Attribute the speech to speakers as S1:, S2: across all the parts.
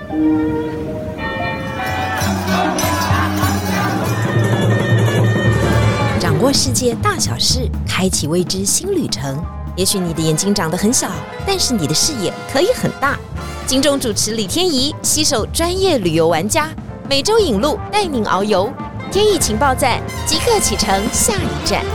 S1: 掌握世界大小事，开启未知新旅程。也许你的眼睛长得很小，但是你的视野可以很大。金钟主持李天怡携手专业旅游玩家，每周引路带您遨游。天意情报站即刻启程，下一站。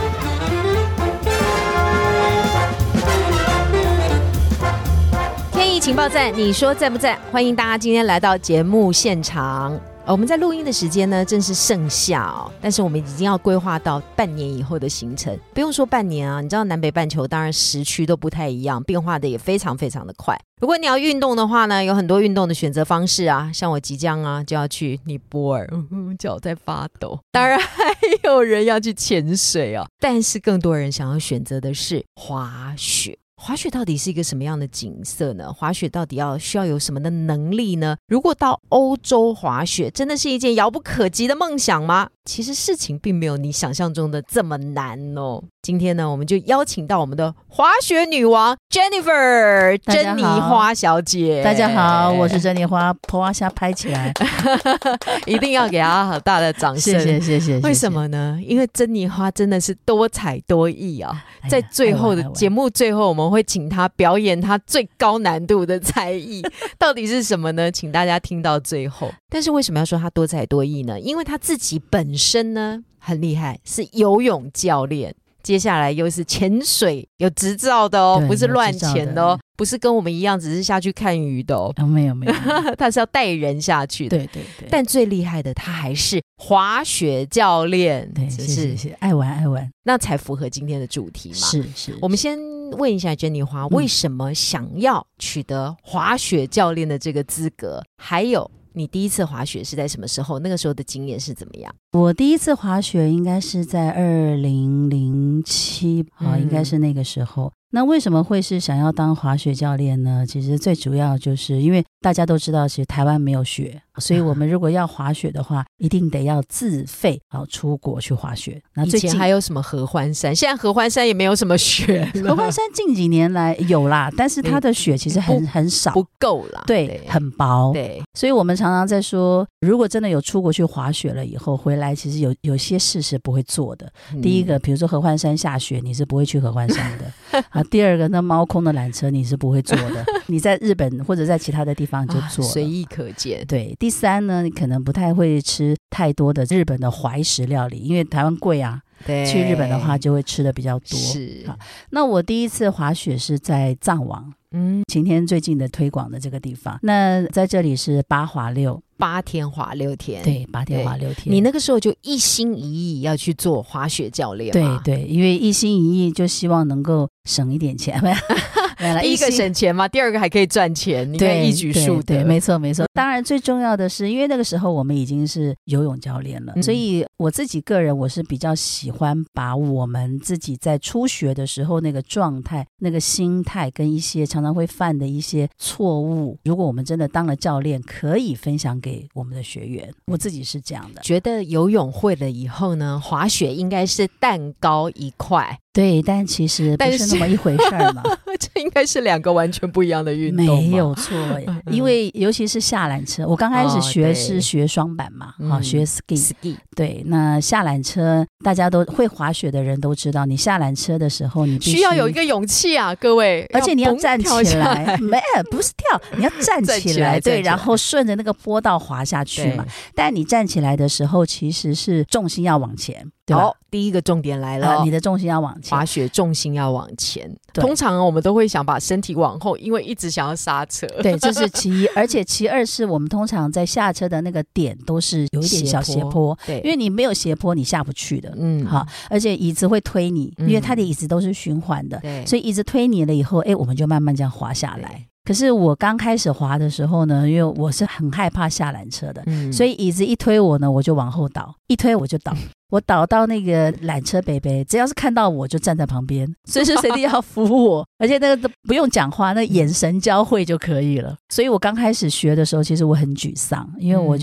S1: 天意情报站，你说在不在？欢迎大家今天来到节目现场。我们在录音的时间呢，正是盛夏但是我们已经要规划到半年以后的行程。不用说半年啊，你知道南北半球当然时区都不太一样，变化的也非常非常的快。如果你要运动的话呢，有很多运动的选择方式啊，像我即将就要去尼泊尔，脚在发抖。当然还有人要去潜水但是更多人想要选择的是滑雪。滑雪到底是一个什么样的景色呢？滑雪到底需要有什么的能力呢？如果到欧洲滑雪，真的是一件遥不可及的梦想吗？其实事情并没有你想象中的这么难今天呢，我们就邀请到我们的滑雪女王 Jennifer 珍妮花小姐。
S2: 大家好，我是珍妮花，啪一下拍起来
S1: 一定要给她好大的掌声。
S2: 谢谢。
S1: 为什么呢？因为珍妮花真的是多才多艺在最后的节目最后，我们会请她表演她最高难度的才艺到底是什么呢？请大家听到最后。但是为什么要说她多才多艺呢？因为她自己本身呢很厉害，是游泳教练，接下来又是潜水有执照的不是乱潜的不是跟我们一样只是下去看鱼的
S2: 没有
S1: 他是要带人下去的。对，但最厉害的他还是滑雪教练。
S2: 对，是爱玩，
S1: 那才符合今天的主题嘛。
S2: 是
S1: 我们先问一下珍妮花，为什么想要取得滑雪教练的这个资格？还有你第一次滑雪是在什么时候？那个时候的经验是怎么样？
S2: 我第一次滑雪应该是在2007应该是那个时候。那为什么会是想要当滑雪教练呢？其实最主要就是因为大家都知道，其实台湾没有雪，所以我们如果要滑雪的话，一定得要自费出国去滑雪。那最近
S1: 以前还有什么合欢山，现在合欢山也没有什么雪了。
S2: 合欢山近几年来有啦，但是它的雪其实很少，
S1: 不够啦。
S2: 对，很薄。
S1: 对，
S2: 所以我们常常在说，如果真的有出国去滑雪了以后回来，其实有些事是不会做的。第一个，比如说合欢山下雪，你是不会去合欢山的第二个，那猫空的缆车你是不会坐的你在日本或者在其他的地方就坐了
S1: 随意可见。
S2: 对，第三呢，你可能不太会吃太多的日本的怀石料理，因为台湾贵对，去日本的话就会吃的比较多。
S1: 是。
S2: 好，那我第一次滑雪是在藏王晴天最近的推广的这个地方。那在这里是8天滑6天。
S1: 对，8天滑6天。你那个时候就一心一意要去做滑雪教练吗？
S2: 对，因为一心一意就希望能够省一点钱
S1: 第一个省钱嘛，第二个还可以赚钱，你可以一举数得。
S2: 对，没错。当然最重要的是，因为那个时候我们已经是游泳教练了，所以我自己个人我是比较喜欢把我们自己在初学的时候那个状态、那个心态跟一些常常会犯的一些错误，如果我们真的当了教练，可以分享给我们的学员。我自己是这样的，
S1: 觉得游泳会了以后呢，滑雪应该是蛋糕一块。
S2: 对，但其实不是那么一回事嘛
S1: 这应该是两个完全不一样的运动嘛。
S2: 没有错因为尤其是下缆车，我刚开始学是学双板嘛学 ski。 对，那下缆车大家都会滑雪的人都知道，你下缆车的时候你必须
S1: 需要有一个勇气各位，
S2: 而且你要站起来不是跳，你要站起来对，然后顺着那个坡道滑下去嘛。但你站起来的时候其实是重心要往前，对吧？
S1: 第一个重点来了
S2: 你的重心要往前，
S1: 滑雪重心要往前。通常我们都会想把身体往后，因为一直想要刹车。
S2: 对，这是其一。而且其二是我们通常在下车的那个点都是有一点小斜坡，对，因为你没有斜坡你下不去的。好，而且椅子会推你，因为它的椅子都是循环的，所以椅子推你了以后我们就慢慢这样滑下来。可是我刚开始滑的时候呢，因为我是很害怕下缆车的，所以椅子一推我呢，我就往后倒，一推我就倒。我倒到那个缆车北北，只要是看到我就站在旁边，随时随地要扶我，而且那个都不用讲话，那眼神交汇就可以了。所以我刚开始学的时候，其实我很沮丧，因为我觉得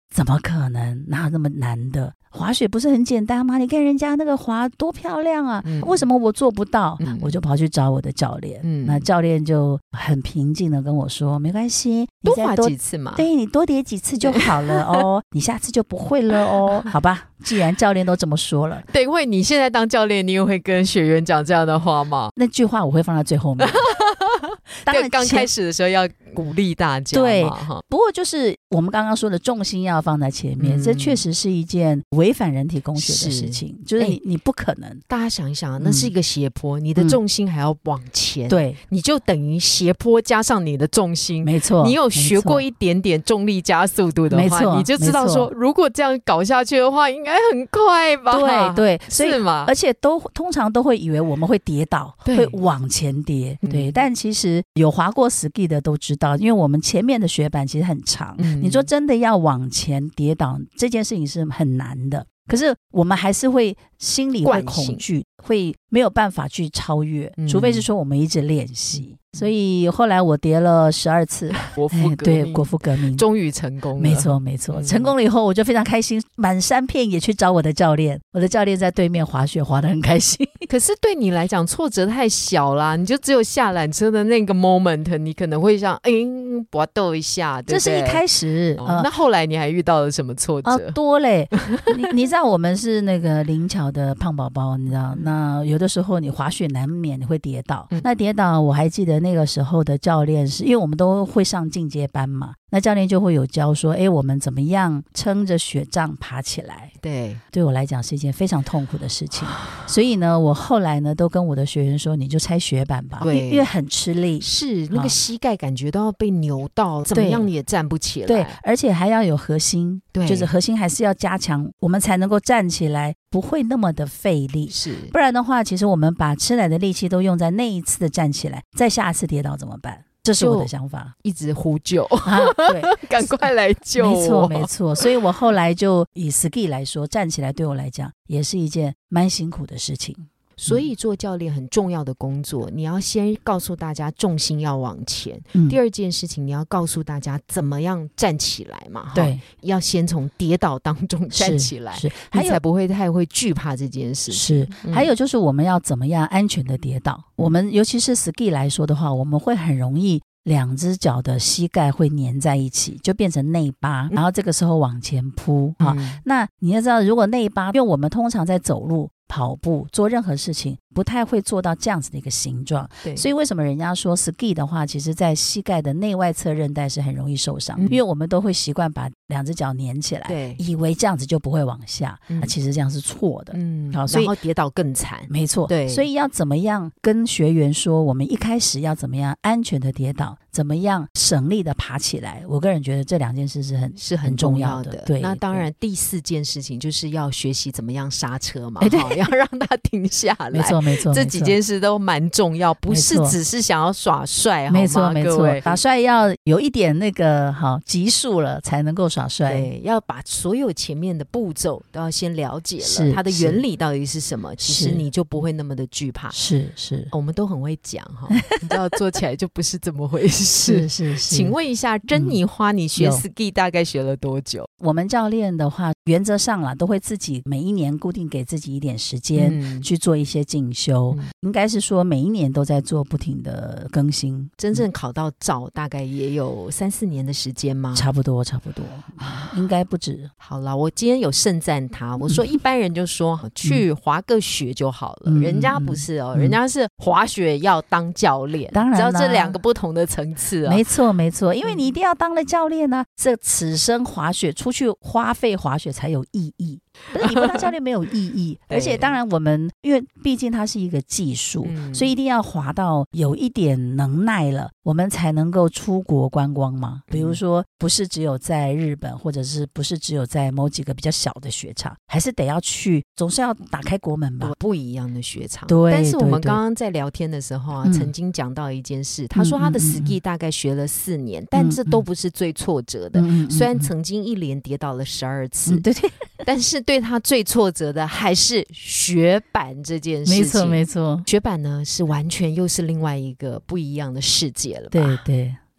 S2: 怎么可能？哪有那么难的？滑雪不是很简单吗？你看人家那个滑多漂亮啊，为什么我做不到？我就跑去找我的教练，那教练就很平静的跟我说，没关系，
S1: 多滑几次嘛，
S2: 对，你多叠几次就好了哦，你下次就不会了哦，好吧，既然教练都这么说了。
S1: 对，因为你现在当教练，你也会跟学员讲这样的话吗？
S2: 那句话我会放在最后面。
S1: 当然刚开始的时候要鼓励大家嘛，
S2: 对，不过就是我们刚刚说的重心要放在前面，这确实是一件违反人体工学的事情，就是你不可能。
S1: 大家想一想，那是一个斜坡，你的重心还要往前，
S2: 对，
S1: 你就等于斜坡加上你的重心，
S2: 没错。
S1: 你有学过一点点重力加速度的话，没错，你就知道说，如果这样搞下去的话，应该很快吧？
S2: 对对，
S1: 是吗？
S2: 而且通常都会以为我们会跌倒，会往前跌，对，但其实有滑过 ski 的都知道，因为我们前面的雪板其实很长，你说真的要往前跌倒这件事情是很难的，可是我们还是会心里会恐惧，会没有办法去超越，除非是说我们一直练习。所以后来我跌了12次，
S1: 国父革命，对，
S2: 国父革命
S1: 终于成功了，
S2: 没错没错，成功了以后我就非常开心，满山遍野去找我的教练，我的教练在对面滑雪滑得很开心。
S1: 可是对你来讲挫折太小啦，你就只有下缆车的那个 moment， 你可能会想搏斗一下，对不对？
S2: 这是一开始，
S1: 那后来你还遇到了什么挫折？
S2: 多嘞。你知道我们是那个灵巧的胖宝宝，你知道，那有的时候你滑雪难免你会跌倒，那跌倒我还记得那个时候的教练是因为我们都会上进阶班嘛，那教练就会有教说，我们怎么样撑着雪杖爬起来。对我来讲是一件非常痛苦的事情，所以呢我后来呢都跟我的学员说，你就拆雪板吧，因为很吃力，
S1: 是那个膝盖感觉都要被扭到，怎么样你也站不起来。
S2: 对，而且还要有核心，对，就是核心还是要加强，我们才能够站起来不会那么的费力，
S1: 是，
S2: 不然的话其实我们把吃奶的力气都用在那一次的站起来，再下一次跌倒怎么办？这是我的想法，
S1: 一直呼救，
S2: 对，
S1: 赶快来救我。
S2: 没错没错，所以我后来就以 ski 来说，站起来对我来讲也是一件蛮辛苦的事情。
S1: 所以做教练很重要的工作，你要先告诉大家重心要往前，第二件事情你要告诉大家怎么样站起来嘛，对，要先从跌倒当中站起来，你才不会太会惧怕这件事情。
S2: 是，还有就是我们要怎么样安全的跌倒，我们尤其是 ski 来说的话，我们会很容易两只脚的膝盖会粘在一起，就变成内八，然后这个时候往前扑，那你要知道，如果内八，因为我们通常在走路跑步做任何事情不太会做到这样子的一个形状，对，所以为什么人家说 ski 的话，其实在膝盖的内外侧韧带是很容易受伤，因为我们都会习惯把两只脚粘起来，对，以为这样子就不会往下，其实这样是错的，
S1: 好，所以然后跌倒更惨，
S2: 没错，对，所以要怎么样跟学员说，我们一开始要怎么样安全的跌倒，怎么样省力的爬起来，我个人觉得这两件事是很重要的。对，
S1: 那当然第四件事情就是要学习怎么样刹车嘛，要让它停下来，
S2: 没错没错，
S1: 这几件事都蛮重要，不是只是想要耍帅，
S2: 没错没错，耍帅要有一点那个级数了才能够耍帅，
S1: 对，要把所有前面的步骤都要先了解了，它的原理到底是什么，其实你就不会那么的惧怕。
S2: 是
S1: 我们都很会讲你知道做起来就不是这么回事。
S2: 是
S1: 请问一下珍妮花，你学 ski 大概学了多久？
S2: 我们教练的话原则上啦都会自己每一年固定给自己一点时间去做一些进修，应该是说每一年都在做不停的更新，
S1: 真正考到照大概也有3-4年的时间吗？
S2: 差不多应该不止。
S1: 好啦，我今天有盛赞他，我说一般人就说去滑个雪就好了，人家不是人家是滑雪要当教练，
S2: 当然
S1: 只要这两个不同的层次
S2: 没错，因为你一定要当了教练呢，这此生滑雪出去花费滑雪才有意义，不是你不当教练没有意义而且当然我们因为毕竟它是一个技术，所以一定要滑到有一点能耐了，我们才能够出国观光嘛。比如说不是只有在日本，或者是不是只有在某几个比较小的雪场，还是得要去，总是要打开国门吧，
S1: 不一样的雪场。
S2: 对，
S1: 但是我们刚刚在聊天的时候曾经讲到一件事，他说他的 ski 大概学了4年，但这都不是最挫折的，虽然曾经一连跌倒了12次，对，但是对他最挫折的还是雪板这件事情。
S2: 没错，
S1: 雪板呢是完全又是另外一个不一样的世界了吧？
S2: 对，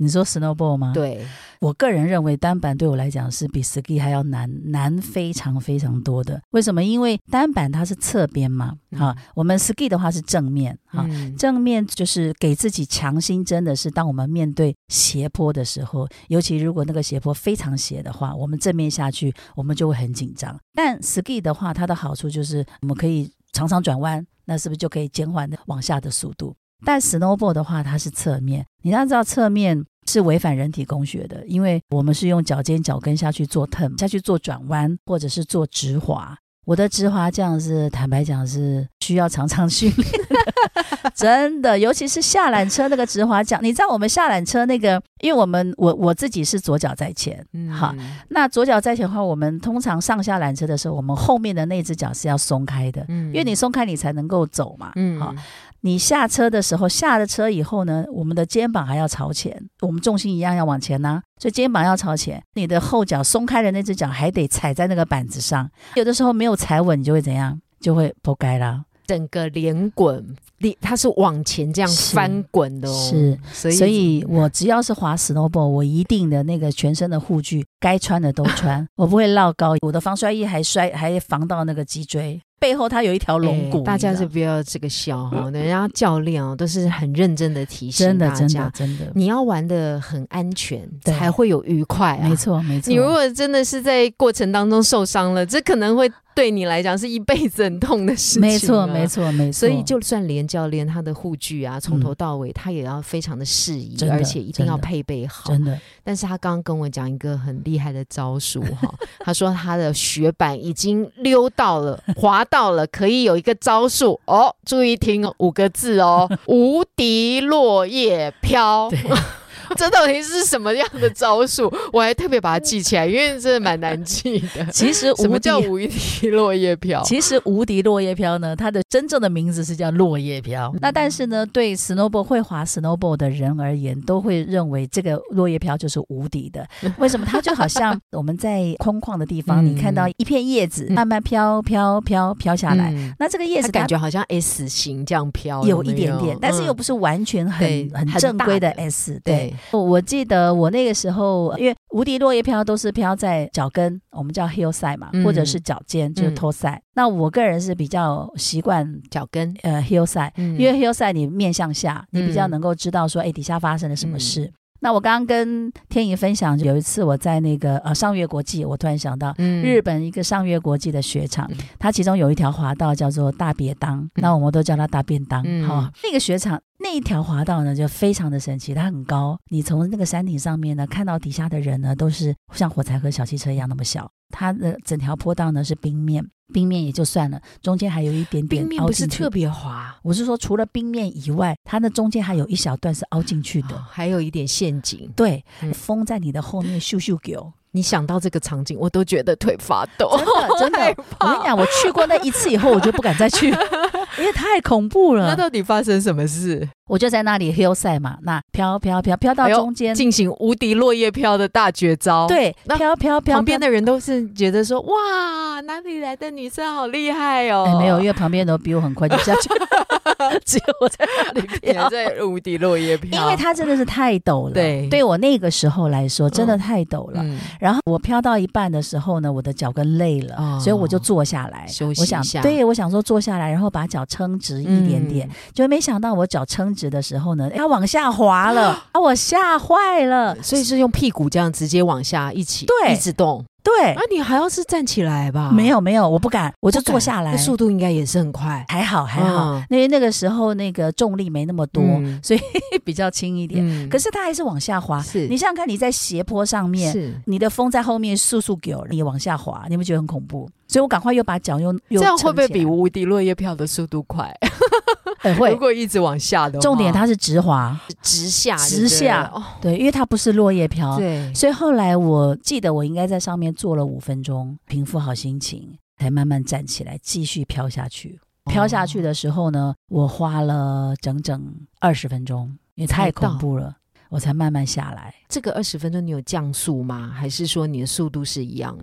S2: 你说 snowboard 吗？
S1: 对，
S2: 我个人认为单板对我来讲是比 ski 还要难非常非常多的。为什么？因为单板它是侧边嘛，我们 ski 的话是正面，正面就是给自己强心针的是当我们面对斜坡的时候，尤其如果那个斜坡非常斜的话，我们正面下去我们就会很紧张。但 ski 的话它的好处就是我们可以常常转弯，那是不是就可以减缓往下的速度？但 snowboard 的话它是侧面，你要知道侧面是违反人体工学的，因为我们是用脚尖脚跟下去做 turn， 下去做转弯或者是做直滑。我的直滑这样是坦白讲是需要常常训练的真的，尤其是下缆车那个直滑桨，你知道我们下缆车那个，因为我自己是左脚在前，好，那左脚在前的话，我们通常上下缆车的时候，我们后面的那只脚是要松开的，因为你松开你才能够走嘛，好。你下车的时候，下了车以后呢，我们的肩膀还要朝前，我们重心一样要往前啊，所以肩膀要朝前，你的后脚松开的那只脚还得踩在那个板子上，有的时候没有踩稳，你就会怎样？就会扑街啦。
S1: 整个连滚，它是往前这样翻滚的哦。
S2: 是，所以我只要是滑 snowboard， 我一定的那个全身的护具该穿的都穿，我不会落高，我的防摔衣还防到那个脊椎。背后它有一条龙骨，
S1: 大家是不要这个笑哈，人家教练都是很认真的提醒大家，
S2: 真的，
S1: 你要玩得很安全，才会有愉快啊。
S2: 没错。
S1: 你如果真的是在过程当中受伤了，这可能会对你来讲是一辈子很痛的事情。
S2: 没错。
S1: 所以就算连教练他的护具啊，从头到尾他也要非常的适宜，而且一定要配备好。
S2: 真的。
S1: 但是他刚刚跟我讲一个很厉害的招数哈，他说他的雪板已经溜到了，滑到了，可以有一个招数哦，注意听5个字哦，无敌落叶飘。这到底是什么样的招数？我还特别把它记起来，因为真的蛮难记的。
S2: 其实
S1: 什么叫无敌落叶飘？
S2: 其实无敌落叶飘呢，它的真正的名字是叫落叶飘。那但是呢，对 snowboard 会滑 snowboard 的人而言，都会认为这个落叶飘就是无敌的。为什么？它就好像我们在空旷的地方，你看到一片叶子慢慢飘下来，那这个叶子
S1: 感觉好像 S 型这样飘，
S2: 有一点点，但是又不是完全很正规的 S。对。我记得我那个时候，因为无敌落叶飘都是飘在脚跟，我们叫 heel side 嘛，或者是脚尖，就是 toe side。那我个人是比较习惯
S1: 脚跟
S2: heel side，因为 heel side 你面向下，你比较能够知道说，底下发生了什么事。那我刚刚跟天怡分享，有一次我在那个上越国际，我突然想到日本一个上越国际的雪场，它其中有一条滑道叫做大别当，那我们都叫它大便当。那个雪场那一条滑道呢就非常的神奇，它很高，你从那个山顶上面呢看到底下的人呢都是像火柴盒小汽车一样那么小，它的整条坡道呢是冰面也就算了，中间还有一点点凹进去。冰面
S1: 不是特别滑，
S2: 我是说除了冰面以外，它的中间还有一小段是凹进去的，
S1: 还有一点陷阱。
S2: 对，风在你的后面咻咻给我。
S1: 你想到这个场景，我都觉得腿发抖。
S2: 真的，我跟你讲，我去过那一次以后，我就不敢再去，因为太恐怖了。
S1: 那到底发生什么事？
S2: 我就在那里 hill side 嘛，那飘到中间，
S1: 进行无敌落叶飘的大绝招。
S2: 对，飘，
S1: 旁边的人都是觉得说，哇，哪里来的女生好厉害哦。
S2: 没有，因为旁边都比我很快就下去，只有我在那里飘，
S1: 在无敌落叶飘，
S2: 因为它真的是太陡了。对我那个时候来说，真的太陡了。然后我飘到一半的时候呢，我的脚跟累了，所以我就坐下来
S1: 休息一下。
S2: 我想说坐下来，然后把脚撑直一点点，就没想到我脚撑直的时候呢，要往下滑了，把我吓坏了。
S1: 所以是用屁股这样直接往下一起直动。
S2: 对，
S1: 你还要是站起来吧？
S2: 没有，我不敢，我就坐下来。
S1: 速度应该也是很快，
S2: 还好，因为那个时候那个重力没那么多，所以比较轻一点。可是它还是往下滑。你想想看，你在斜坡上面，你的风在后面速给你往下滑，你们觉得很恐怖？所以我赶快又把脚又
S1: 这样会不会比无敌落叶飘的速度快？
S2: 会，
S1: 如果一直往下的话，
S2: 重点它是直滑，
S1: 直下，
S2: 对，因为它不是落叶飘，
S1: 对，
S2: 所以后来我记得我应该在上面坐了5分钟，平复好心情，才慢慢站起来继续飘下去。飘下去的时候呢，我花了整整20分钟，因为太恐怖了，我才慢慢下来。
S1: 这个20分钟你有降速吗？还是说你的速度是一样的？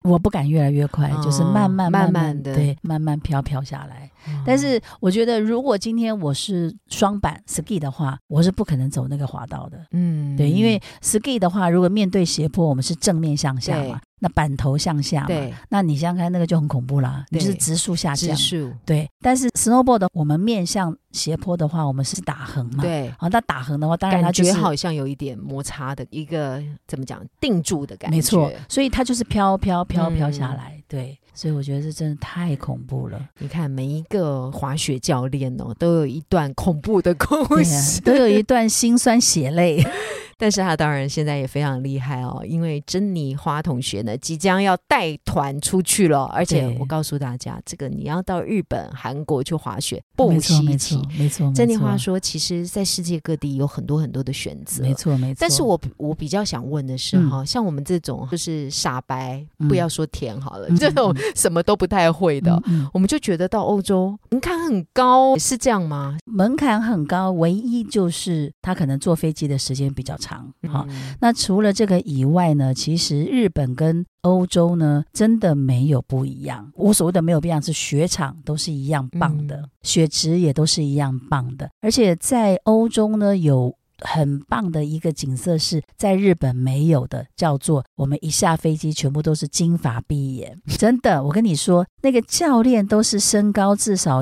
S2: 我不敢越来越快，就是慢慢
S1: 的，
S2: 对，慢慢飘下来。但是我觉得如果今天我是双板 ski 的话，我是不可能走那个滑道的。对，因为 ski 的话如果面对斜坡，我们是正面向下嘛，那板头向下嘛，对，那你想想看那个就很恐怖啦，你就是直速下降，对。但是 snowboard 我们面向斜坡的话，我们是打横嘛，对，那打横的话当然它就是
S1: 感觉好像有一点摩擦的一个怎么讲定住的感觉，
S2: 没错，所以它就是飘下来，对。所以我觉得这真的太恐怖了。
S1: 你看每一个滑雪教练都有一段恐怖的故事，
S2: 都有一段辛酸血泪。
S1: 但是他当然现在也非常厉害因为珍妮花同学呢即将要带团出去了，而且我告诉大家，这个你要到日本韩国去滑雪不稀奇，
S2: 没错。
S1: 珍妮花说其实在世界各地有很多很多的选择，
S2: 没错。
S1: 但是我比较想问的是像我们这种就是傻白不要说甜好了，这种什么都不太会的，我们就觉得到欧洲门槛很高，是这样吗？
S2: 门槛很高，唯一就是他可能坐飞机的时间比较长。那除了这个以外呢，其实日本跟欧洲呢真的没有不一样。我所谓的没有不一样是雪场都是一样棒的，雪质也都是一样棒的，而且在欧洲呢有很棒的一个景色是在日本没有的，叫做我们一下飞机全部都是金发碧眼。真的，我跟你说那个教练都是身高至少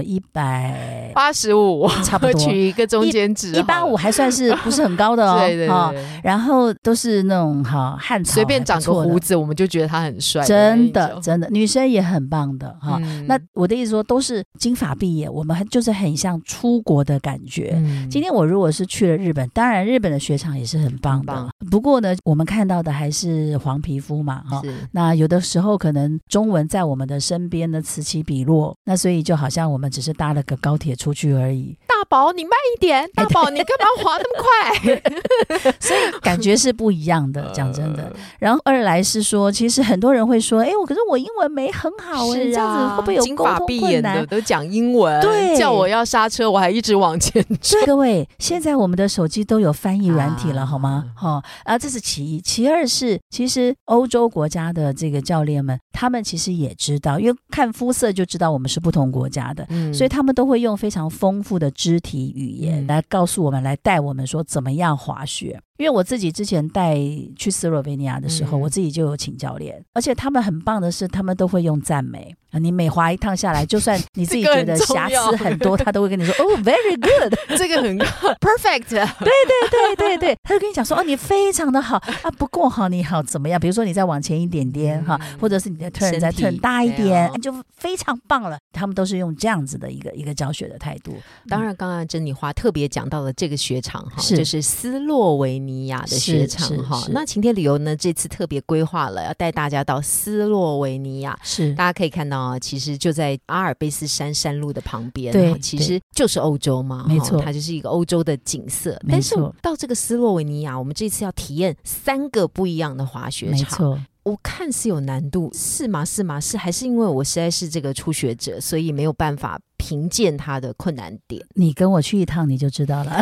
S1: 185，
S2: 差不多
S1: 取一个中间值
S2: ，185还算是不是很高的
S1: 对、
S2: 然后都是那种汉草，
S1: 随便长个胡子我们就觉得他很帅，
S2: 真的女生也很棒的那我的意思说都是金发碧眼，我们就是很像出国的感觉。今天我如果是去了日本，当然日本的雪场也是很棒的，不过呢我们看到的还是黄皮肤嘛那有的时候可能中文在我们的身边呢此起彼落，那所以就好像我们只是搭了个高铁出去而已。
S1: 大宝你慢一点，大宝你干嘛滑那么快
S2: 所以感觉是不一样的讲真的。然后二来是说其实很多人会说可是我英文没很好这样子会不会有沟通困难？
S1: 都讲英文，对，叫我要刹车我还一直往前追。
S2: 各位现在我们的手机都有翻译软体了好吗这是其一。其二是其实欧洲国家的这个教练们他们其实也知道，因为看肤色就知道我们是不同国家的所以他们都会用非常丰富的肢体语言来告诉我们，来带我们说怎么样滑雪。因为我自己之前带去斯洛维尼亚的时候我自己就有请教练，而且他们很棒的是他们都会用赞美你每滑一趟下来，就算你自己觉得瑕疵很多他都会跟你说very good
S1: 这个很 perfect
S2: 对，他就跟你讲说你非常的好不过好你好怎么样，比如说你再往前一点点或者是你的 turn 再 turn 大一点就非常棒了。他们都是用这样子的一个教学的态度。
S1: 当然刚刚珍妮花特别讲到了这个雪场就是斯洛维尼亚的雪场那晴天旅游呢这次特别规划了要带大家到斯洛维尼亚，是大家可以看到其实就在阿尔卑斯山山路的旁边，对，其实就是欧洲嘛，没错，它就是一个欧洲的景色。但是到这个斯洛维尼亚我们这次要体验3个不一样的滑雪场，没错，我看是有难度，是吗？是还是因为我实在是这个初学者所以没有办法评鉴它的困难点？
S2: 你跟我去一趟你就知道了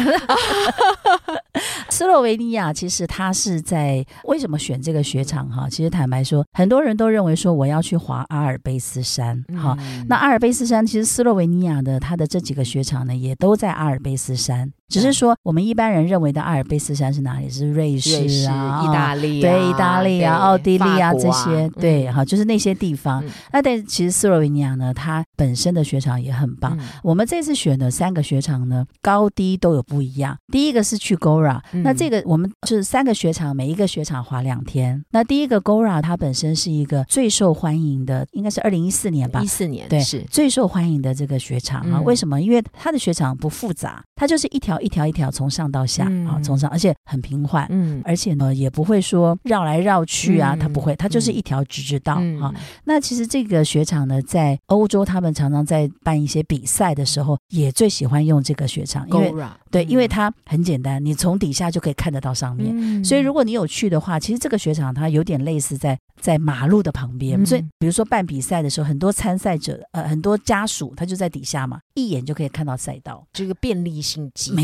S2: 斯洛维尼亚其实它是在为什么选这个雪场其实坦白说很多人都认为说我要去滑阿尔卑斯山那阿尔卑斯山其实斯洛维尼亚的它的这几个雪场呢也都在阿尔卑斯山，只是说我们一般人认为的阿尔卑斯山是哪里？是瑞士
S1: 意大利
S2: 对，意大利奥地利这些对就是那些地方那但其实斯洛维尼亚呢它本身的雪场也很棒我们这次选的3个雪场呢高低都有不一样。第一个是去 Gora那这个我们就是3个雪场，每一个雪场滑2天。那第一个 Gora 它本身是一个最受欢迎的，应该是2014年吧，14年对，是最受欢迎的这个雪场为什么？因为它的雪场不复杂，它就是一条一条一条从上到下从上，而且很平缓而且呢也不会说绕来绕去它不会，它就是一条直道那其实这个雪场呢在欧洲他们常常在办一些比赛的时候也最喜欢用这个雪场，因为对，因为它很简单，你从底下就可以看得到上面所以如果你有去的话，其实这个雪场它有点类似在马路的旁边所以比如说办比赛的时候很多参赛者很多家属他就在底下嘛，一眼就可以看到赛道，
S1: 这个便利性极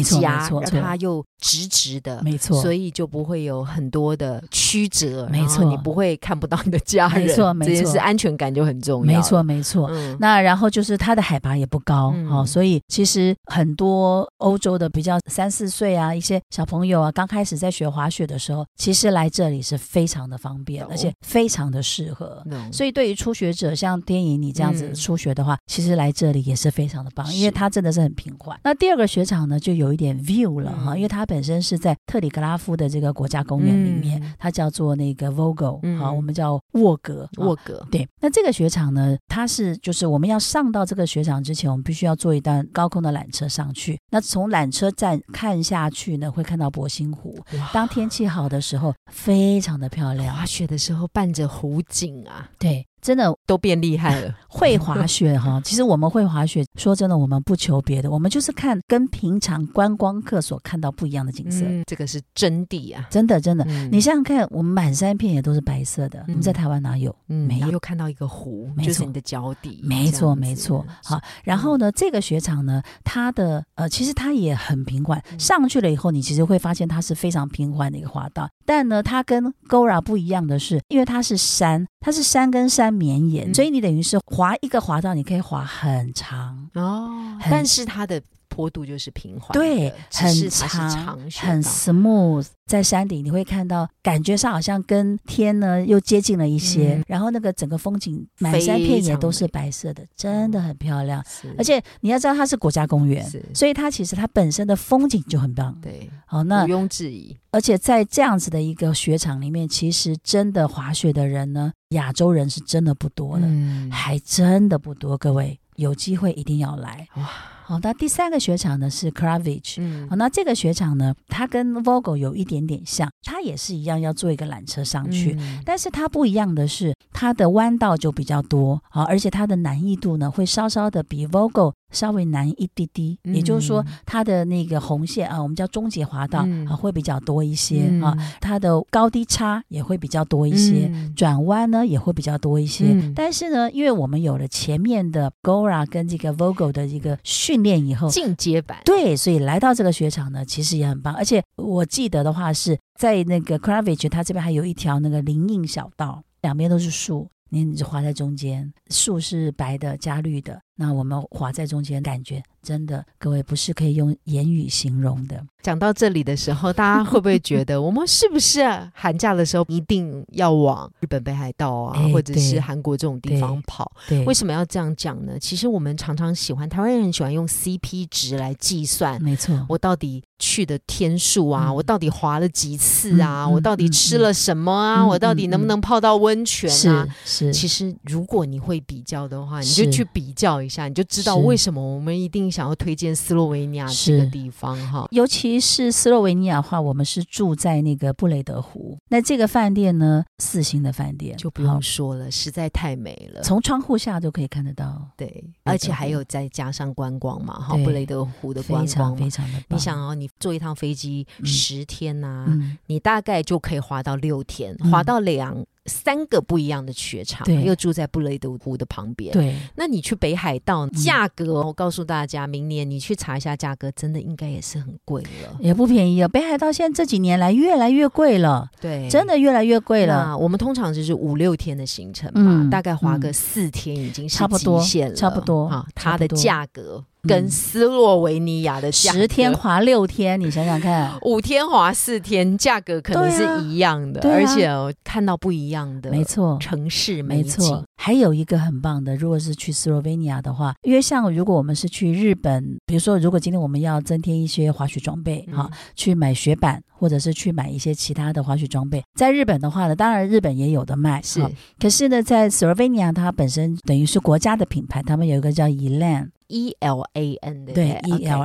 S1: 夹，让它又直直的，
S2: 没错，
S1: 所以就不会有很多的曲折，
S2: 没错，
S1: 你不会看不到你的家人，
S2: 没错，没错，
S1: 这件事安全感就很重要，
S2: 没错，没错。那然后就是它的海拔也不高，所以其实很多欧洲的比较3-4岁啊，一些小朋友啊，刚开始在学滑雪的时候，其实来这里是非常的方便，而且非常的适合。所以对于初学者，像天颖你这样子初学的话，其实来这里也是非常的棒，因为它真的是很平缓。那第二个雪场呢，就有一点 view 了哈，因为它本身是在特里格拉夫的这个国家公园里面，它叫做那个 Vogel，我们叫沃格。对，那这个雪场呢，它是就是我们要上到这个雪场之前，我们必须要坐一段高空的缆车上去。那从缆车站看下去呢，会看到博兴湖。当天气好的时候，非常的漂亮。
S1: 滑雪的时候伴着湖景啊，
S2: 对。真的
S1: 都变厉害了。
S2: 会滑雪哈，其实我们会滑雪，说真的，我们不求别的，我们就是看跟平常观光客所看到不一样的景色。
S1: 这个是真谛啊，
S2: 真的真的。你想想看，我们满山片也都是白色的，我们在台湾哪有？没有。
S1: 又看到一个湖，就是你的脚底。
S2: 没错没错。好，然后呢，这个雪场呢，它的其实它也很平缓，上去了以后，你其实会发现它是非常平缓的一个滑道。但呢，它跟 Gora 不一样的是，因为它是山，它是山跟山绵延，所以你等于是滑一个滑道，你可以滑很长
S1: 但是它的坡度就是平缓，
S2: 对，很长，很 smooth。在山顶你会看到，感觉上好像跟天呢又接近了一些，然后那个整个风景满山遍野都是白色的，真的很漂亮。而且你要知道它是国家公园，所以它其实它本身的风景就很棒，
S1: 对，
S2: 那
S1: 毋庸置疑。
S2: 而且在这样子的一个雪场里面，其实真的滑雪的人呢，亚洲人是真的不多的，还真的不多。各位有机会一定要来。好，那第三个雪场呢是 Kravich，那这个雪场呢，它跟 Vogel 有一点点像，它也是一样要坐一个缆车上去，但是它不一样的是，它的弯道就比较多，而且它的难易度呢会稍稍的比 Vogel 稍微难一滴滴，也就是说它的那个红线我们叫终结滑道会比较多一些它的高低差也会比较多一些，转弯呢也会比较多一些，但是呢，因为我们有了前面的 Gora 跟这个 Vogel 的一个训练以后，
S1: 进阶版，
S2: 对，所以来到这个雪场呢，其实也很棒。而且我记得的话是在那个 Kravich， 它这边还有一条那个林荫小道，两边都是树，你就滑在中间，树是白的加绿的，那我们滑在中间，感觉真的各位不是可以用言语形容的。
S1: 讲到这里的时候，大家会不会觉得我们是不是寒假的时候一定要往日本北海道啊，或者是韩国这种地方跑？为什么要这样讲呢？其实我们常常台湾人很喜欢用 CP 值来计算，
S2: 没错，
S1: 我到底去的天数啊，我到底滑了几次啊，我到底吃了什么啊，我到底能不能泡到温泉啊？
S2: 是。
S1: 其实如果你会比较的话，你就去比较一下，你就知道为什么我们一定想要推荐斯洛维尼亚这个地方哈。
S2: 尤其是斯洛维尼亚的话，我们是住在那个布雷德湖，那这个饭店呢，4星的饭店
S1: 就不用说了，实在太美了，
S2: 从窗户下就可以看得到。
S1: 对，而且还有再加上观光嘛，哈，布雷德湖的观光
S2: 非常的棒。
S1: 你想你坐一趟飞机10天啊，你大概就可以滑到6天，滑到3个不一样的雪场，又住在布雷德湖的旁边。
S2: 对，
S1: 那你去北海道，价格我告诉大家，明年你去查一下价格，真的应该也是很贵了，
S2: 也不便宜了。北海道现在这几年来越来越贵了，
S1: 对，
S2: 真的越来越贵了。
S1: 那我们通常就是5-6天的行程嘛，大概滑个4天已经是极限了，
S2: 差不多。
S1: 它的价格跟斯洛维尼亚的价格
S2: 10天滑6天，你想想看
S1: ，5天滑4天，价格可能是一样的，而且看到不一样的，
S2: 没错，
S1: 城市美景。没错，
S2: 还有一个很棒的，如果是去斯洛维尼亚的话，因为像如果我们是去日本，比如说如果今天我们要增添一些滑雪装备，去买雪板，或者是去买一些其他的滑雪装备，在日本的话呢，当然日本也有的卖，可是呢，在斯洛维尼亚它本身等于是国家的品牌，他们有一个叫 Elan。
S1: ELAN 的，
S2: 对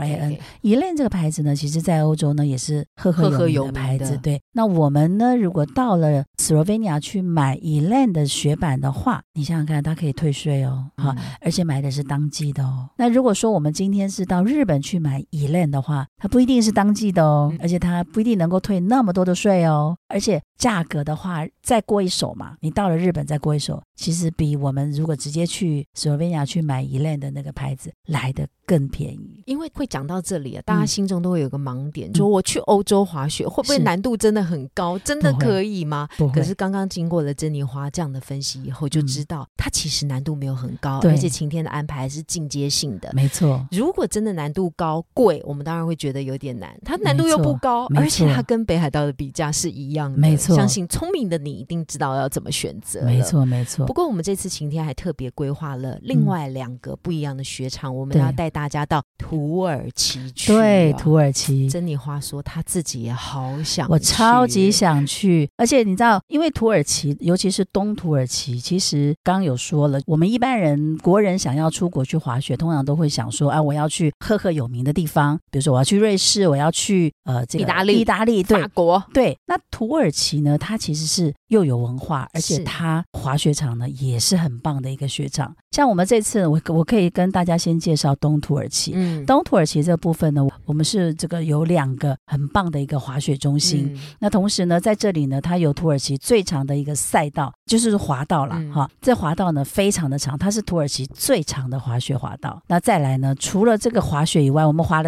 S2: ELAN 这个牌子呢，其实在欧洲呢也是赫赫有名的牌子。对，那我们呢，如果到了斯洛维尼亚去买 Elan 的雪板的话，你想想看，它可以退税哦，而且买的是当季的哦。那如果说我们今天是到日本去买 Elan 的话，它不一定是当季的哦，而且它不一定能够退那么多的税哦，而且价格的话， 再过一手嘛，你到了日本再过一手，其实比我们如果直接去斯洛文尼亚去买 Elan 的那个牌子来的更便宜。
S1: 因为会讲到这里大家心中都会有个盲点，说我去欧洲滑雪会不会难度真的很高，真的可以吗？可是刚刚经过了珍妮花这样的分析以后就知道，它其实难度没有很高，而且晴天的安排是进阶性的。
S2: 没错，
S1: 如果真的难度高贵，我们当然会觉得有点难，它难度又不高，而且它跟北海道的比价是一样的。
S2: 没错，
S1: 相信聪明的你一定知道要怎么选择了。
S2: 没错没错。
S1: 不过我们这次晴天还特别规划了另外2个不一样的雪场，我们要带大家到土耳其去。
S2: 对，土耳其。
S1: 珍妮花说她自己也好想去，
S2: 我超级想去。而且你知道，因为土耳其尤其是东土耳其，其实刚刚有说了，我们一般人国人想要出国去滑雪，通常都会想说我要去赫赫有名的地方，比如说我要去瑞士，我要去这个意大利
S1: 法国。
S2: 对，那土耳其呢，它其实是又有文化，而且它滑雪场呢也是很棒的一个雪场。像我们这次我可以跟大家先介绍东土耳其。东土耳其这部分呢，我们是这个有2个很棒的一个滑雪中心。那同时呢，在这里呢，它有土耳其最长的一个赛道，就是滑道啦。这滑道呢非常的长，它是土耳其最长的滑雪滑道。那再来呢，除了这个滑雪以外，我们滑了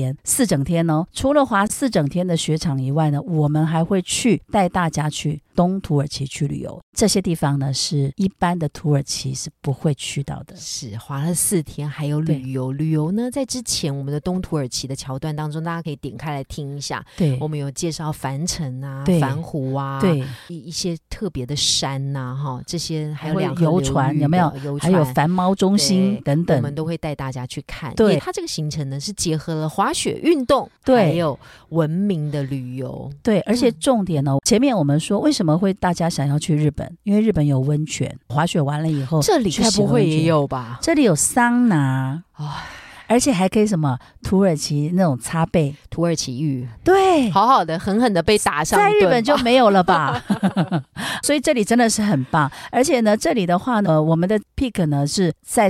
S2: 4整天哦。除了滑4整天的雪场以外呢，我们还会去带大家去东土耳其去旅游。这些地方呢是一般的土耳其是不会去到的。
S1: 是滑了4天，还有旅游呢，在之前我们的东土耳其的桥段当中，大家可以点开来听一下。
S2: 对，
S1: 我们有介绍凡城啊、凡湖啊，
S2: 对，
S1: 一些特别的山啊，这些还有2
S2: 个游船，有没有？还有繁猫中心等等，
S1: 我们都会带大家去看。
S2: 对，
S1: 它这个行程呢是结合了滑雪运动，还有文明的旅游。
S2: 对，而且重点呢，前面我们说为什么会大家想要去日本，因为日本有温泉，滑雪完了以后，
S1: 这里该不会也有吧？
S2: 这里有桑拿。而且还可以什么土耳其那种擦背，
S1: 土耳其浴，
S2: 对，
S1: 好好的狠狠的被打上，
S2: 在日本就没有了吧所以这里真的是很棒。而且呢，这里的话呢，我们的 peak 呢是在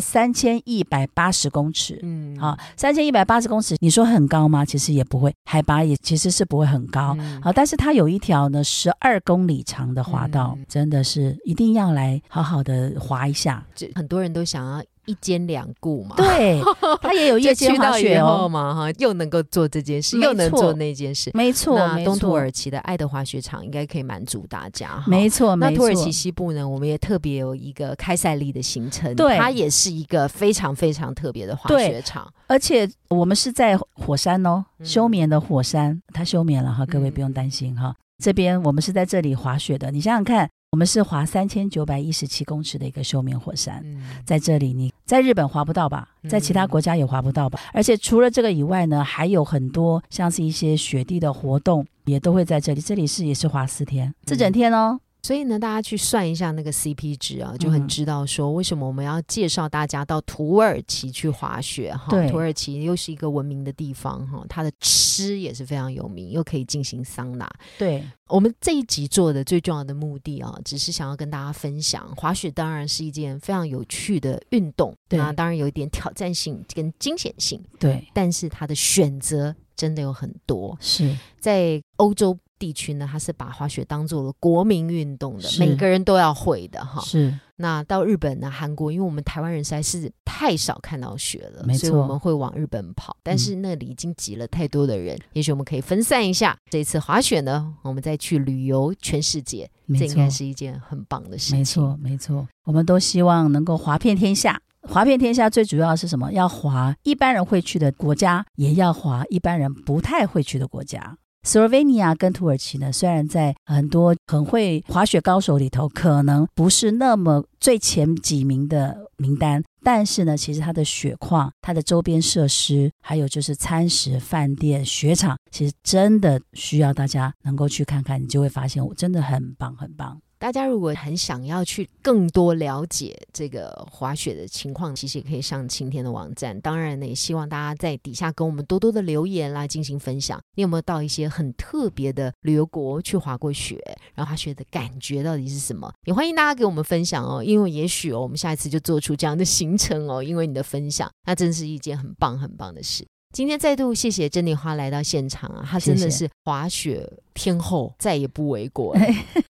S2: 3180公尺。好，3180公尺，你说很高吗？其实也不会，海拔也其实是不会很高。好，但是它有一条呢12公里长的滑道，真的是一定要来好好的滑一下。
S1: 很多人都想要1兼2顾嘛，
S2: 对，它也有夜间滑雪
S1: 嘛，又能够做这件事，又能做那件事，
S2: 没错。
S1: 那东土耳其的爱的滑雪场应该可以满足大家，
S2: 没错。
S1: 那土耳其西部呢，我们也特别有一个开赛利的行程，对，它也是一个非常非常特别的滑雪场，
S2: 而且我们是在火山哦，休眠的火山，它休眠了哈，各位不用担心哈。这边我们是在这里滑雪的，你想想看。我们是滑3917公尺的一个休眠火山，在这里你在日本滑不到吧，在其他国家也滑不到吧，而且除了这个以外呢，还有很多像是一些雪地的活动也都会在这里，这里也是滑4天，4整天哦。
S1: 所以呢，大家去算一下那个 CP 值啊，就很知道说为什么我们要介绍大家到土耳其去滑雪哈。土耳其又是一个文明的地方哈，它的吃也是非常有名，又可以进行桑拿。
S2: 对，
S1: 我们这一集做的最重要的目的啊，只是想要跟大家分享，滑雪当然是一件非常有趣的运动，那当然有一点挑战性跟惊险性，
S2: 对，
S1: 但是它的选择真的有很多。
S2: 是
S1: 在欧洲地区呢，它是把滑雪当做了国民运动的，每个人都要会的哈。
S2: 是。
S1: 那到日本呢、韩国，因为我们台湾人实在是太少看到雪了，
S2: 没错，
S1: 所以我们会往日本跑。但是那里已经挤了太多的人，也许我们可以分散一下。这次滑雪呢，我们再去旅游全世界，这应该是一件很棒的事情。
S2: 没错，没错，我们都希望能够滑遍天下。滑遍天下最主要是什么？要滑一般人会去的国家，也要滑一般人不太会去的国家。斯洛文尼亚跟土耳其呢，虽然在很多很会滑雪高手里头可能不是那么最前几名的名单，但是呢，其实它的雪况、它的周边设施，还有就是餐食、饭店、雪场，其实真的需要大家能够去看看，你就会发现我真的很棒很棒。
S1: 大家如果很想要去更多了解这个滑雪的情况，其实也可以上晴天的网站。当然呢，也希望大家在底下跟我们多多的留言来进行分享。你有没有到一些很特别的旅游国去滑过雪，然后滑雪的感觉到底是什么？也欢迎大家给我们分享哦，因为也许我们下一次就做出这样的行程哦，因为你的分享，那真是一件很棒很棒的事。今天再度谢谢珍妮花来到现场啊，她真的是滑雪天后，再也不为过了。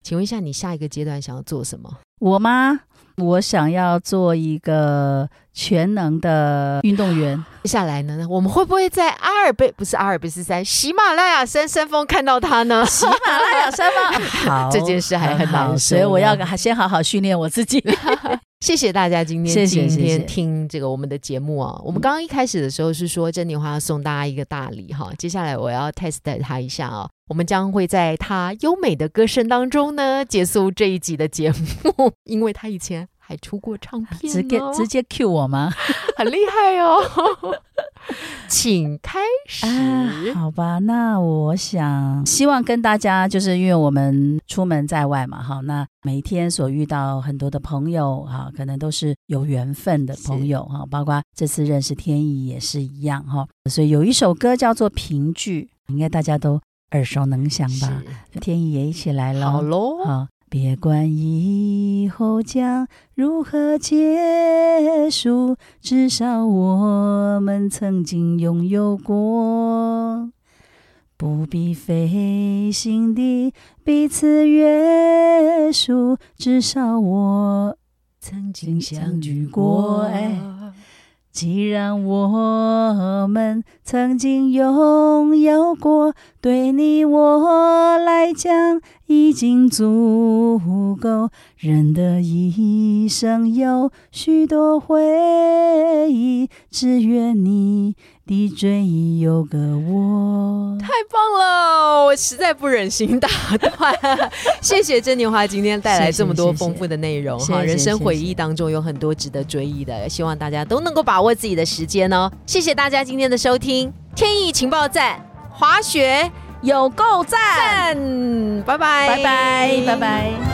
S1: 请问一下，你下一个阶段想要做什么？
S2: 我吗？我想要做一个全能的运动员。
S1: 接下来呢，我们会不会在不是阿尔卑斯山，喜马拉雅山峰看到他呢？
S2: 喜马拉雅山峰好，
S1: 这件事还很难说，
S2: 所以我要先好好训练我自己。
S1: 谢谢大家今天听这个我们的节目啊。我们刚刚一开始的时候是说珍妮花要送大家一个大礼哈，接下来我要 test 他一下啊。我们将会在他优美的歌声当中呢结束这一集的节目，因为他以前还出过唱片
S2: 直接 cue 我吗？
S1: 很厉害哦。请开始
S2: 好吧，那我希望跟大家，就是因为我们出门在外嘛，那每天所遇到很多的朋友可能都是有缘分的朋友包括这次认识天意也是一样所以有一首歌叫做《凭据》，应该大家都耳熟能详吧？天意也一起来了，
S1: 好咯。
S2: 别管以后将如何结束，至少我们曾经拥有过，不必费心地彼此约束，至少我曾经相聚过。既然我们曾经拥有过，对你我来讲已经足够。人的一生有许多回忆，只愿你的追忆有个我。
S1: 太棒了，我实在不忍心打断。谢谢珍妮花今天带来这么多丰富的内容哈，人生回忆当中有很多值得追忆的，希望大家都能够把握自己的时间哦。谢谢大家今天的收听，天意情报站，滑雪有够赞，拜拜，
S2: 拜拜，拜拜。